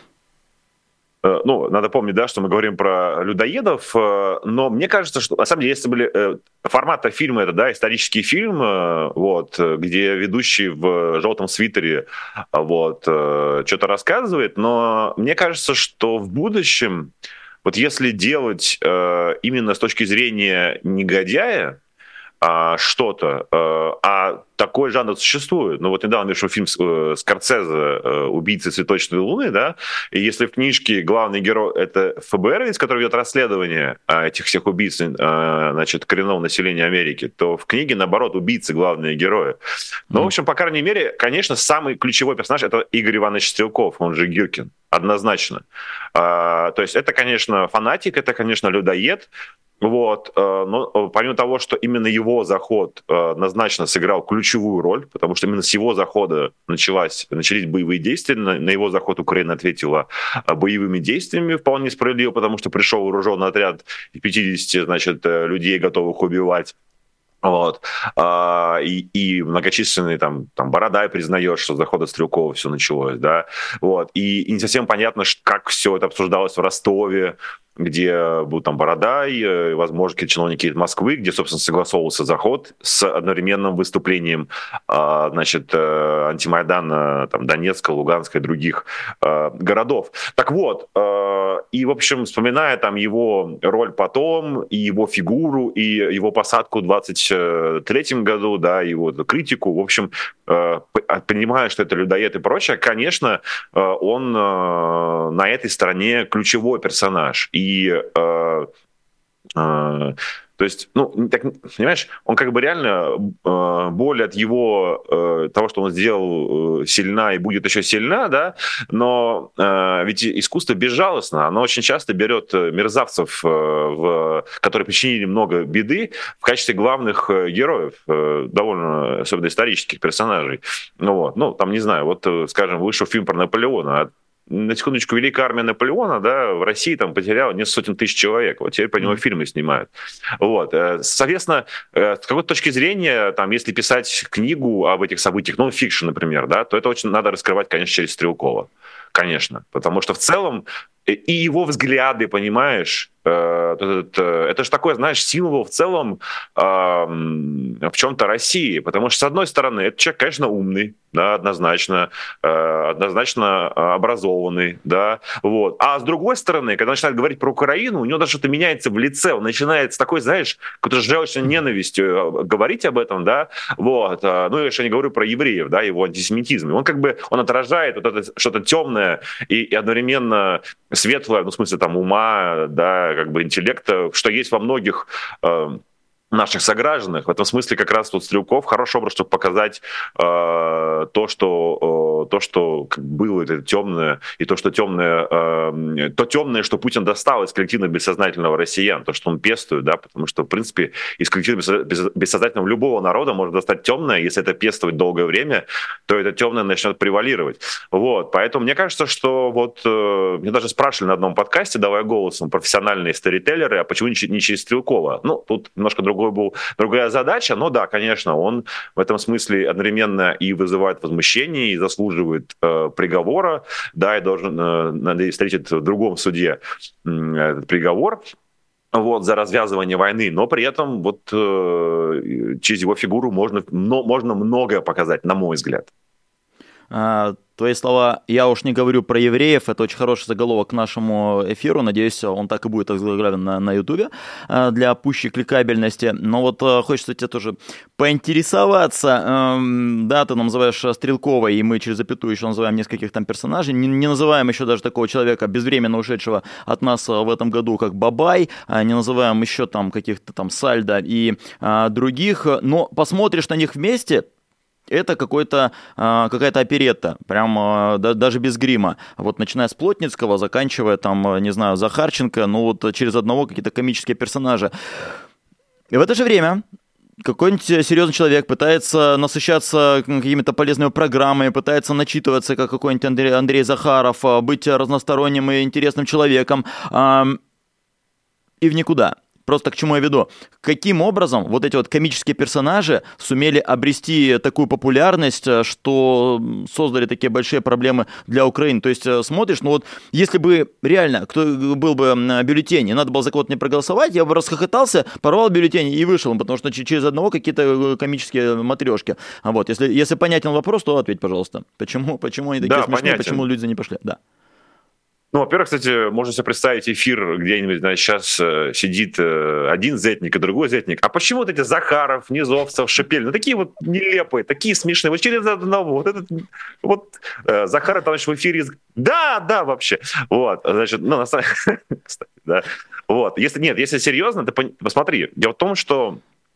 Ну, надо помнить, да, что мы говорим про людоедов, но мне кажется, что, на самом деле, если были формата фильма, это, да, исторический фильм, вот, где ведущий в желтом свитере, вот, что-то рассказывает, но мне кажется, что в будущем, вот если делать именно с точки зрения негодяя что-то, а такой жанр существует. Ну вот недавно вышел фильм Скорсезе «Убийцы цветочной луны», да, и если в книжке главный герой — это ФБРовец, который ведет расследование этих всех убийц, значит, коренного населения Америки, то в книге, наоборот, убийцы — главные герои. Но, в общем, по крайней мере, конечно, самый ключевой персонаж — это Игорь Иванович Стрелков, он же Гиркин, однозначно. То есть это, конечно, фанатик, это, конечно, людоед. Вот, но помимо того, что именно его заход однозначно сыграл ключевую роль, потому что именно с его захода началась, начались боевые действия, на, на его заход Украина ответила боевыми действиями, вполне справедливо, потому что пришел вооруженный отряд из пятидесяти, значит, людей, готовых убивать. Вот. И, и многочисленные там, там Бородай признает, что с захода Стрелкова все началось, да. Вот. И, и не совсем понятно, как все это обсуждалось в Ростове, где был там Бородай, возможно, какие-то чиновники из Москвы, где, собственно, согласовывался заход с одновременным выступлением, значит, антимайдана там, Донецка, Луганска и других городов. Так вот, и, в общем, вспоминая там его роль потом, и его фигуру, и его посадку в двадцать третьем году, да, его критику, в общем, понимая, что это людоед и прочее, конечно, он на этой стороне ключевой персонаж. И То есть, ну, так, понимаешь, он как бы реально э, боль от его, э, того, что он сделал, э, сильна и будет еще сильна, да, но э, ведь искусство безжалостно, оно очень часто берет мерзавцев, э, в, которые причинили много беды, в качестве главных героев, э, довольно, особенно исторических персонажей. Ну, вот, ну, там, не знаю, вот, скажем, вышел фильм про Наполеона, на секундочку, Великая армия Наполеона, да, в России там потеряла несколько сотен тысяч человек. Вот теперь по нему фильмы снимают. Вот. Соответственно, с какой-то точки зрения, там, если писать книгу об этих событиях, ну, фикшн, например, да, то это очень надо раскрывать, конечно, через Стрелкова. Конечно. Потому что в целом и его взгляды, понимаешь, это, это же такой, знаешь, символ в целом в чем-то России. Потому что, с одной стороны, этот человек, конечно, умный, да, однозначно, однозначно образованный, да, вот. А с другой стороны, когда начинает говорить про Украину, у него даже что-то меняется в лице, он начинает с такой, знаешь, какой-то желчной ненавистью говорить об этом, да, вот. Ну, я еще не говорю про евреев, да, его антисемитизм. Он как бы, он отражает вот это что-то темное и, и одновременно светлое, ну, в смысле, там, ума, да, как бы интеллекта, что есть во многих э, наших согражданах. В этом смысле как раз тут Стрелков хороший образ, чтобы показать э, то, что, э, то, что было это темное, и то, что темное, э, то темное, что Путин достал из коллективно-бессознательного россиян, то, что он пестует, да, потому что, в принципе, из коллективно-бессознательного любого народа можно достать темное, если это пестовать долгое время, то это темное начнет превалировать. Вот, поэтому мне кажется, что вот, э, мне даже спрашивали на одном подкасте, давая голосом, профессиональные сторителлеры, а почему не через Стрелкова? Ну, тут немножко другое был, другая задача, но да, конечно, он в этом смысле одновременно и вызывает возмущение, и заслуживает э, приговора, да, и должен, э, надеюсь, встретить в другом суде э, этот приговор, вот, за развязывание войны, но при этом вот э, через его фигуру можно, но, можно многое показать, на мой взгляд. А, твои слова «я уж не говорю про евреев» — это очень хороший заголовок к нашему эфиру. Надеюсь, он так и будет озаглавлен на, на Ютубе для пущей кликабельности. Но вот хочется тебе тоже поинтересоваться. Да, ты называешь Стрелкова, и мы через запятую еще называем нескольких там персонажей. Не, не называем еще даже такого человека, безвременно ушедшего от нас в этом году, как Бабай. Не называем еще там каких-то там Сальдо и а, других. Но посмотришь на них вместе — это какой-то, какая-то оперетта, прям даже без грима. Вот начиная с Плотницкого, заканчивая там, не знаю, Захарченко, ну вот через одного какие-то комические персонажи. И в это же время какой-нибудь серьезный человек пытается насыщаться какими-то полезными программами, пытается начитываться, как какой-нибудь Андрей, Андрей Захаров, быть разносторонним и интересным человеком, и в никуда. Просто к чему я веду? Каким образом вот эти вот комические персонажи сумели обрести такую популярность, что создали такие большие проблемы для Украины? То есть смотришь, ну вот если бы реально кто был бы бюллетень, и надо было за кого-то не проголосовать, я бы расхохотался, порвал бюллетень и вышел, потому что через одного какие-то комические матрешки. Вот, если, если понятен вопрос, то ответь, пожалуйста. Почему, почему они такие да, смешные, понятен. Почему люди за не пошли? Да. Ну, во-первых, кстати, можно себе представить эфир, где-нибудь, значит, сейчас э, сидит э, один зетник и другой зетник. А почему вот эти Захаров, Низовцев, Шепель, ну, такие вот нелепые, такие смешные, вот через одного, вот этот, вот э, Захаров там еще в эфире, да, да, вообще, вот, значит, ну, на самом деле, кстати, да, вот, если, нет, если серьезно, ты посмотри, дело в том, что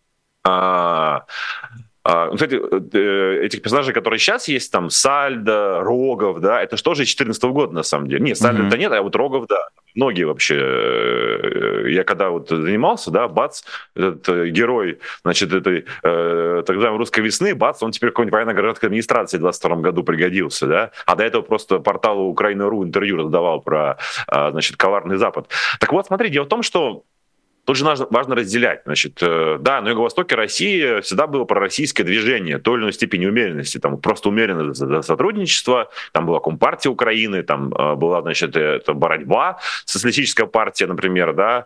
а, Кстати, этих персонажей, которые сейчас есть, там, Сальдо, Рогов, да, это же тоже из две тысячи четырнадцатого года, на самом деле. Нет, Сальдо-то mm-hmm. нет, а вот Рогов, да. Многие вообще, я когда вот занимался, да, бац, этот герой, значит, этой э, так называемой русской весны, бац, он теперь какой-нибудь военно-гражданской администрации в двадцать втором году пригодился, да, а до этого просто порталу Украина.ру интервью раздавал про, значит, коварный Запад. Так вот, смотри, дело в том, что тут же важно разделять. Значит, да, на юго-востоке России всегда было пророссийское движение той или иной степени умеренности. Там просто умеренное сотрудничество, там была Компартия Украины, там была, значит, это борьба, социалистическая партия, например, да,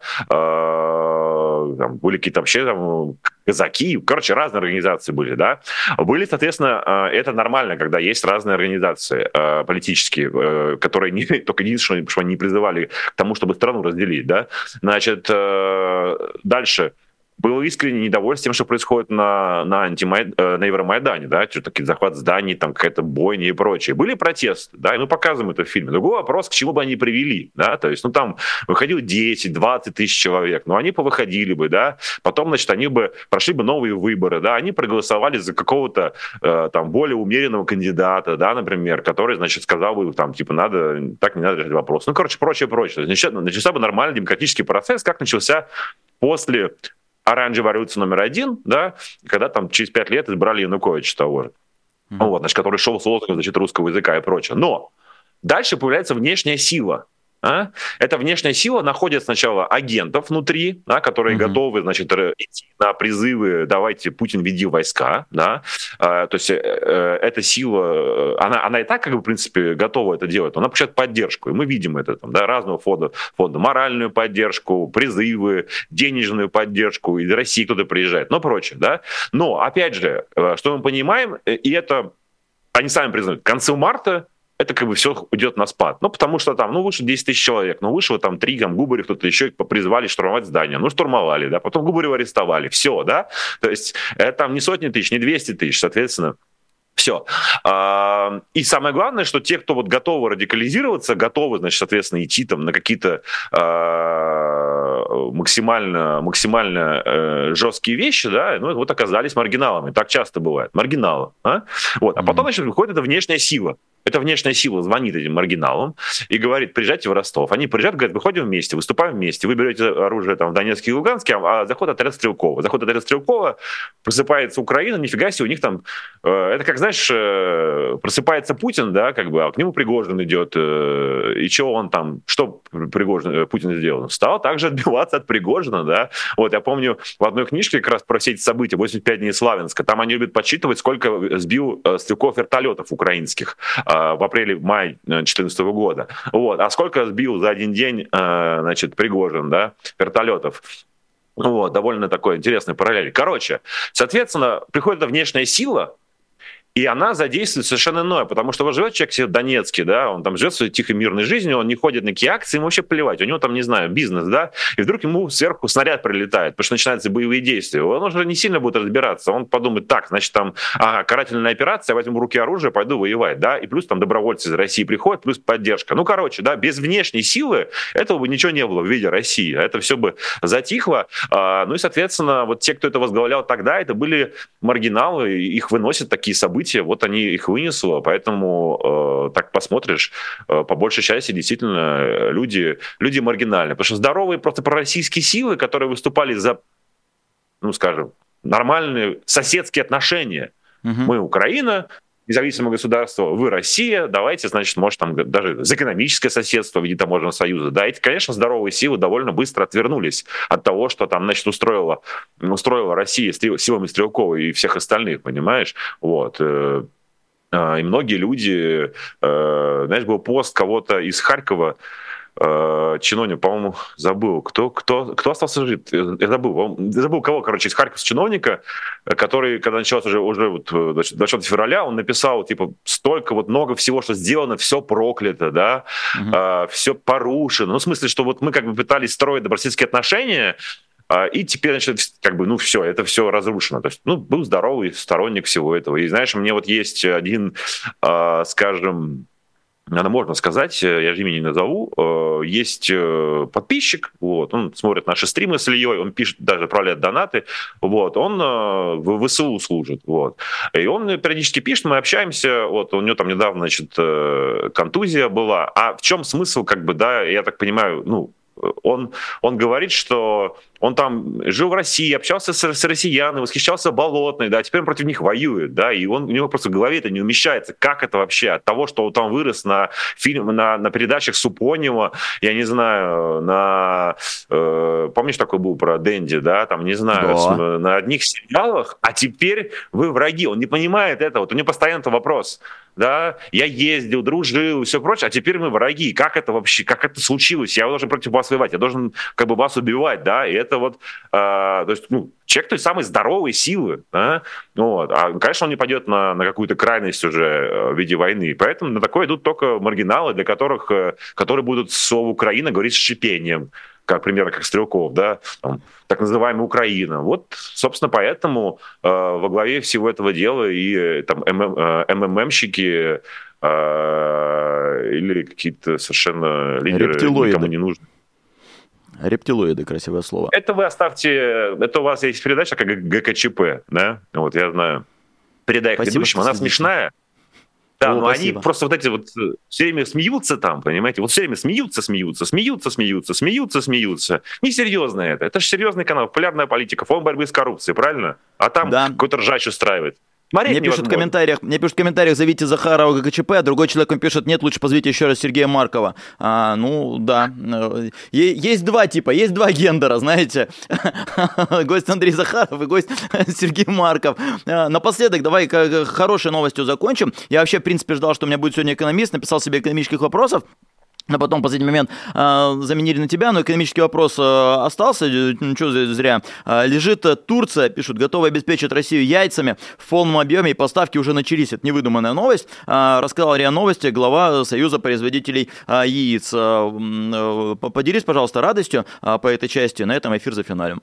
там были какие-то вообще там казаки, короче, разные организации были, да. Были, соответственно, это нормально, когда есть разные организации политические, которые не, только единственное, что они не призывали к тому, чтобы страну разделить, да. Значит, дальше. было искренне недовольство тем, что происходит на, на, антимай... на Евромайдане, да, что такие захват зданий, там какая-то бойня и прочее. Были протесты, да, и мы показываем это в фильме. Другой вопрос, к чему бы они привели, да, то есть, ну, там выходило десять-двадцать тысяч человек, но они повыходили бы, да, потом, значит, они бы прошли бы новые выборы, да, они проголосовали за какого-то э, там более умеренного кандидата, да, например, который, значит, сказал бы, там, типа, надо, так не надо решать вопрос. Ну, короче, прочее, прочее. Значит, начался бы нормальный демократический процесс, как начался после оранжевой революции номер один, да, когда там через пять лет избрали Януковича того же, mm-hmm. вот, значит, который шел с лозунгом защиты русского языка и прочее. Но дальше появляется внешняя сила. А? Эта внешняя сила находит сначала агентов внутри, да, которые mm-hmm. готовы, значит, идти на призывы «давайте, Путин, веди войска». Да? А, то есть э, эта сила, она, она и так, как бы, в принципе, готова это делать, но она получает поддержку. И мы видим это, там, да, разного фонда, фонда, моральную поддержку, призывы, денежную поддержку, из России кто-то приезжает, ну, прочее. Да? Но, опять же, что мы понимаем, и это они сами признают, к концу марта это как бы все идет на спад. Ну, потому что там, ну, вышло десять тысяч человек, ну, вышло там три, там, Губарев, кто-то еще призвали штурмовать здание. Ну, штурмовали, да, потом Губарева арестовали. Все, да. То есть это там не сотни тысяч, не двести тысяч, соответственно. Все. И самое главное, что те, кто вот готовы радикализироваться, готовы, значит, соответственно, идти там на какие-то максимально, максимально жесткие вещи, да, ну, вот оказались маргиналами. Так часто бывает. Маргиналы. А, вот. А потом, значит, выходит эта внешняя сила. Эта внешняя сила звонит этим маргиналам и говорит: приезжайте в Ростов. Они приезжают, говорят: выходим вместе, выступаем вместе. Вы берете оружие там в Донецке и Луганске, а заходит отряд Стрелкова. Заходит отряд Стрелкова, просыпается Украина, нифига себе, у них там... Э, это как, знаешь, э, просыпается Путин, да, как бы, а к нему Пригожин идет. Э, и что он там... Что Пригожин, э, Путин сделал? Он стал также отбиваться от Пригожина, да. Вот, я помню в одной книжке как раз про все эти события, восемьдесят пять дней Славянска, там они любят подсчитывать, сколько сбил э, Стрелков вертолетов украинских в апреле-мае две тысячи четырнадцатого года. Вот. А сколько сбил за один день, значит, Пригожин, да, вертолетов? Вот. Довольно такой интересный параллель. Короче, соответственно, приходит эта внешняя сила, и она задействует совершенно иное, потому что вот живет человек себе в Донецке, да, он там живет своей тихой мирной жизнью, он не ходит на какие акции, ему вообще плевать, у него там, не знаю, бизнес, да, и вдруг ему сверху снаряд прилетает, потому что начинаются боевые действия. Он уже не сильно будет разбираться, он подумает: так, значит, там, ага, карательная операция, я возьму в руки оружие, пойду воевать, да, и плюс там добровольцы из России приходят, плюс поддержка. Ну, короче, да, без внешней силы этого бы ничего не было в виде России, это все бы затихло. Ну и, соответственно, вот те, кто это возглавлял тогда, это были маргиналы, их выносят такие события, вот они их вынесло, поэтому э, так посмотришь, э, по большей части действительно люди, люди маргинальные, потому что здоровые просто пророссийские силы, которые выступали за, ну, скажем, нормальные соседские отношения. Угу. Мы Украина, независимое государство, вы Россия, давайте, значит, может, там даже за экономическое соседство в виде таможенного союза. Да, эти, конечно, здоровые силы довольно быстро отвернулись от того, что там, значит, устроила, устроила Россия силами Стрелкова и всех остальных, понимаешь? Вот. И многие люди, знаешь, был пост кого-то из Харькова, чиновник, по-моему, забыл, кто, кто, кто остался жить, я забыл, я забыл кого, короче, из Харьковского чиновника, который, когда началось уже, уже вот двадцатого февраля, он написал, типа, столько вот много всего, что сделано, все проклято, да, угу. а, все порушено, ну, в смысле, что вот мы как бы пытались строить добрососедские отношения, и теперь, значит, как бы, ну, все, это все разрушено. То есть, ну, был здоровый сторонник всего этого. И, знаешь, мне вот есть один, а, скажем, наверное, можно сказать, я же имя не назову, есть подписчик, вот, он смотрит наши стримы с Ильей, он пишет, даже отправляет донаты, вот, он в ВСУ служит, вот, и он периодически пишет, мы общаемся, вот, у него там недавно, значит, контузия была, а в чем смысл, как бы, да, я так понимаю, ну, он, он говорит, что он там жил в России, общался с, с россиянами, восхищался Болотной, да, теперь он против них воюет, да, и он, у него просто в голове это не умещается. Как это вообще? От того, что он там вырос на фильм, на, на передачах Супонева, я не знаю, на... Э, помнишь, такой был про Дэнди, да, там, не знаю, да. с, на одних сериалах, а теперь вы враги. Он не понимает этого, вот у него постоянно вопрос. Да, я ездил, дружил и все прочее, а теперь мы враги. Как это вообще, как это случилось? Я должен против вас воевать, я должен как бы вас убивать, да, и это вот, э, то есть, ну, человек той самой здоровой силы, да, вот, а, конечно, он не пойдет на, на какую-то крайность уже в виде войны, поэтому на такое идут только маргиналы, для которых, которые будут слово Украина говорить с шипением. как примерно как Стрелков, да, там, так называемая Украина. Вот, собственно, поэтому э, во главе всего этого дела и там МММщики э, или какие-то совершенно лидеры рептилоиды. Никому не нужны. Рептилоиды, красивое слово. Это вы оставьте, это у вас есть передача как ГКЧП, да, вот я знаю. Передай их ведущим, она смешная. Да, О, но спасибо. Они просто вот эти вот все время смеются там, понимаете? Вот все время смеются, смеются, смеются, смеются, смеются, смеются. Несерьезно это. Это же серьезный канал, популярная политика, фонд борьбы с коррупцией, правильно? А там да. какой-то ржач устраивает. Мне пишут, в комментариях, мне пишут в комментариях, зовите Захарова ГКЧП, а другой человек мне пишет, нет, лучше позовите еще раз Сергея Маркова. А, ну, да. Есть два типа, есть два гендера, знаете. Гость Андрей Захаров и гость Сергей Марков. Напоследок, давай хорошей новостью закончим. Я вообще, в принципе, ждал, что у меня будет сегодня экономист, написал себе экономических вопросов. А потом, в последний момент, э, заменили на тебя, но экономический вопрос э, остался, ничего зря. Э, лежит Турция, пишут, готова обеспечить Россию яйцами в полном объеме, и поставки уже начались. Это невыдуманная новость. Э, рассказал РИА Новости глава Союза производителей э, яиц. Э, э, поделись, пожалуйста, радостью э, по этой части. На этом эфир зафиналим.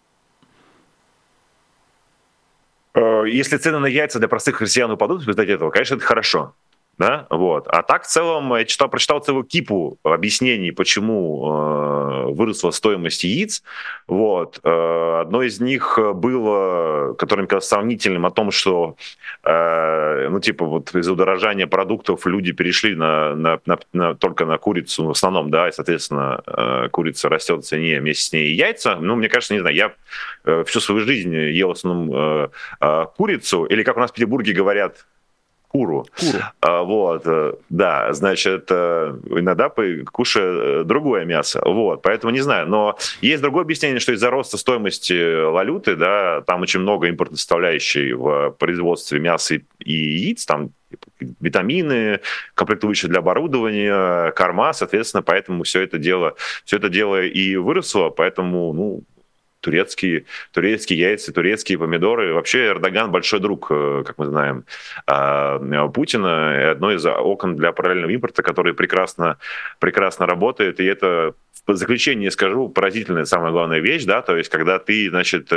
Если цены на яйца для простых россиян упадут в результате этого, конечно, это хорошо. Да? Вот. А так, в целом, я читал, прочитал целую кипу объяснений, почему э, выросла стоимость яиц. Вот. Э, одно из них было, которое мне казалось сомнительным, о том, что э, ну, типа, вот из-за удорожания продуктов люди перешли на, на, на, на, только на курицу в основном, да, и, соответственно, э, курица растет в цене, вместе с ней и яйца. Ну, мне кажется, не знаю, я э, всю свою жизнь ел в основном э, э, курицу, или, как у нас в Петербурге говорят, куру. Куру. А, вот, да, значит, иногда кушаю другое мясо. Вот, поэтому не знаю. Но есть другое объяснение, что из-за роста стоимости валюты, да, там очень много импортной составляющей в производстве мяса и яиц, там витамины, комплектующие для оборудования, корма, соответственно, поэтому все это дело, все это дело и выросло, поэтому, ну, Турецкие, турецкие яйца, турецкие помидоры. Вообще Эрдоган большой друг, как мы знаем, Путина. И одно из окон для параллельного импорта, который прекрасно, прекрасно работает. И это, в заключение скажу, поразительная самая главная вещь, да, то есть когда ты, значит,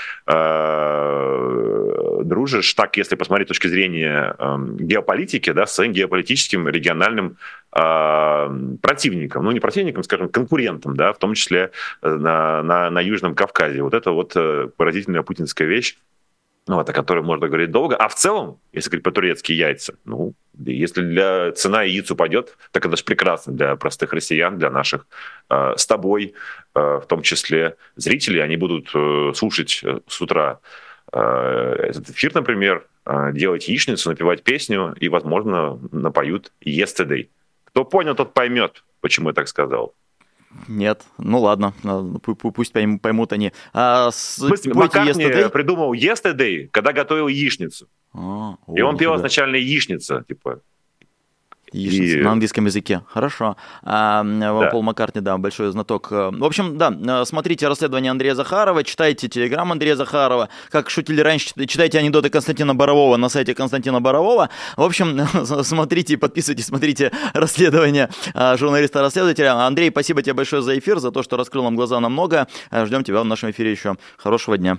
дружишь, так, если посмотреть с точки зрения геополитики, да, с своим геополитическим региональным противником, ну не противником, скажем, конкурентом, да, в том числе на, на, на Южном Кавказе. Вот это вот поразительная путинская вещь, вот, о которой можно говорить долго. А в целом, если говорить про турецкие яйца, ну, если для цена яиц упадет, так это же прекрасно для простых россиян, для наших э, с тобой, э, в том числе зрителей. Они будут э, слушать с утра э, этот эфир, например, э, делать яичницу, напевать песню и, возможно, напоют «Yesterday». Кто понял, тот поймет, почему я так сказал. Нет, ну ладно, пусть поймут они. А, с... В смысле, Маккартни yesterday? Придумал «Yesterday», когда готовил яичницу. А, и он пел изначально «яичница», типа. Яичница, и... на английском языке. Хорошо. А, да. Пол Маккартни, да, большой знаток. В общем, да, смотрите расследование Андрея Захарова, читайте телеграм Андрея Захарова. Как шутили раньше, читайте анекдоты Константина Борового на сайте Константина Борового. В общем, смотрите и подписывайтесь, смотрите расследование журналиста-расследователя. Андрей, спасибо тебе большое за эфир, за то, что раскрыл нам глаза на многое. Ждем тебя в нашем эфире еще. Хорошего дня.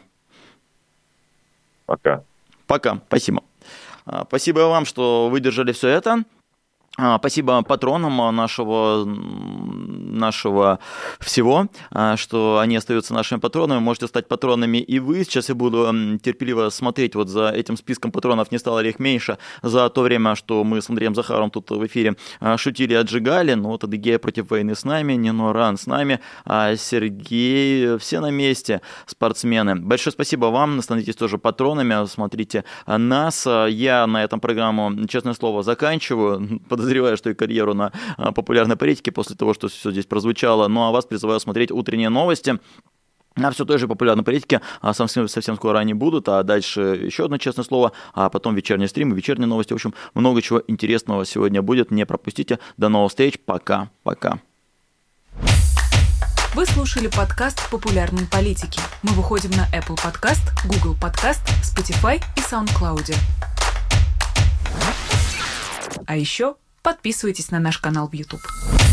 Пока. Пока, спасибо. Спасибо вам, что выдержали все это. Спасибо патронам нашего, нашего всего, что они остаются нашими патронами. Можете стать патронами и вы. Сейчас я буду терпеливо смотреть вот за этим списком патронов, не стало ли их меньше за то время, что мы с Андреем Захаровым тут в эфире шутили, отжигали. Ну вот Адыгея против войны с нами, Нино Ран с нами, Сергей, все на месте, спортсмены. Большое спасибо вам, становитесь тоже патронами, смотрите нас. Я на этом программу, честное слово, заканчиваю. Подозреваю, что и карьеру на популярной политике после того, что все здесь прозвучало. Ну а вас призываю смотреть утренние новости. На все той же популярной политике совсем, совсем скоро они будут, а дальше еще одно честное слово, а потом вечерний стрим и вечерние новости. В общем, много чего интересного сегодня будет. Не пропустите. До новых встреч. Пока-пока. Вы слушали подкаст «Популярной политики». Мы выходим на Apple Podcast, Google Podcast, Spotify и SoundCloud. А еще подписывайтесь на наш канал в YouTube.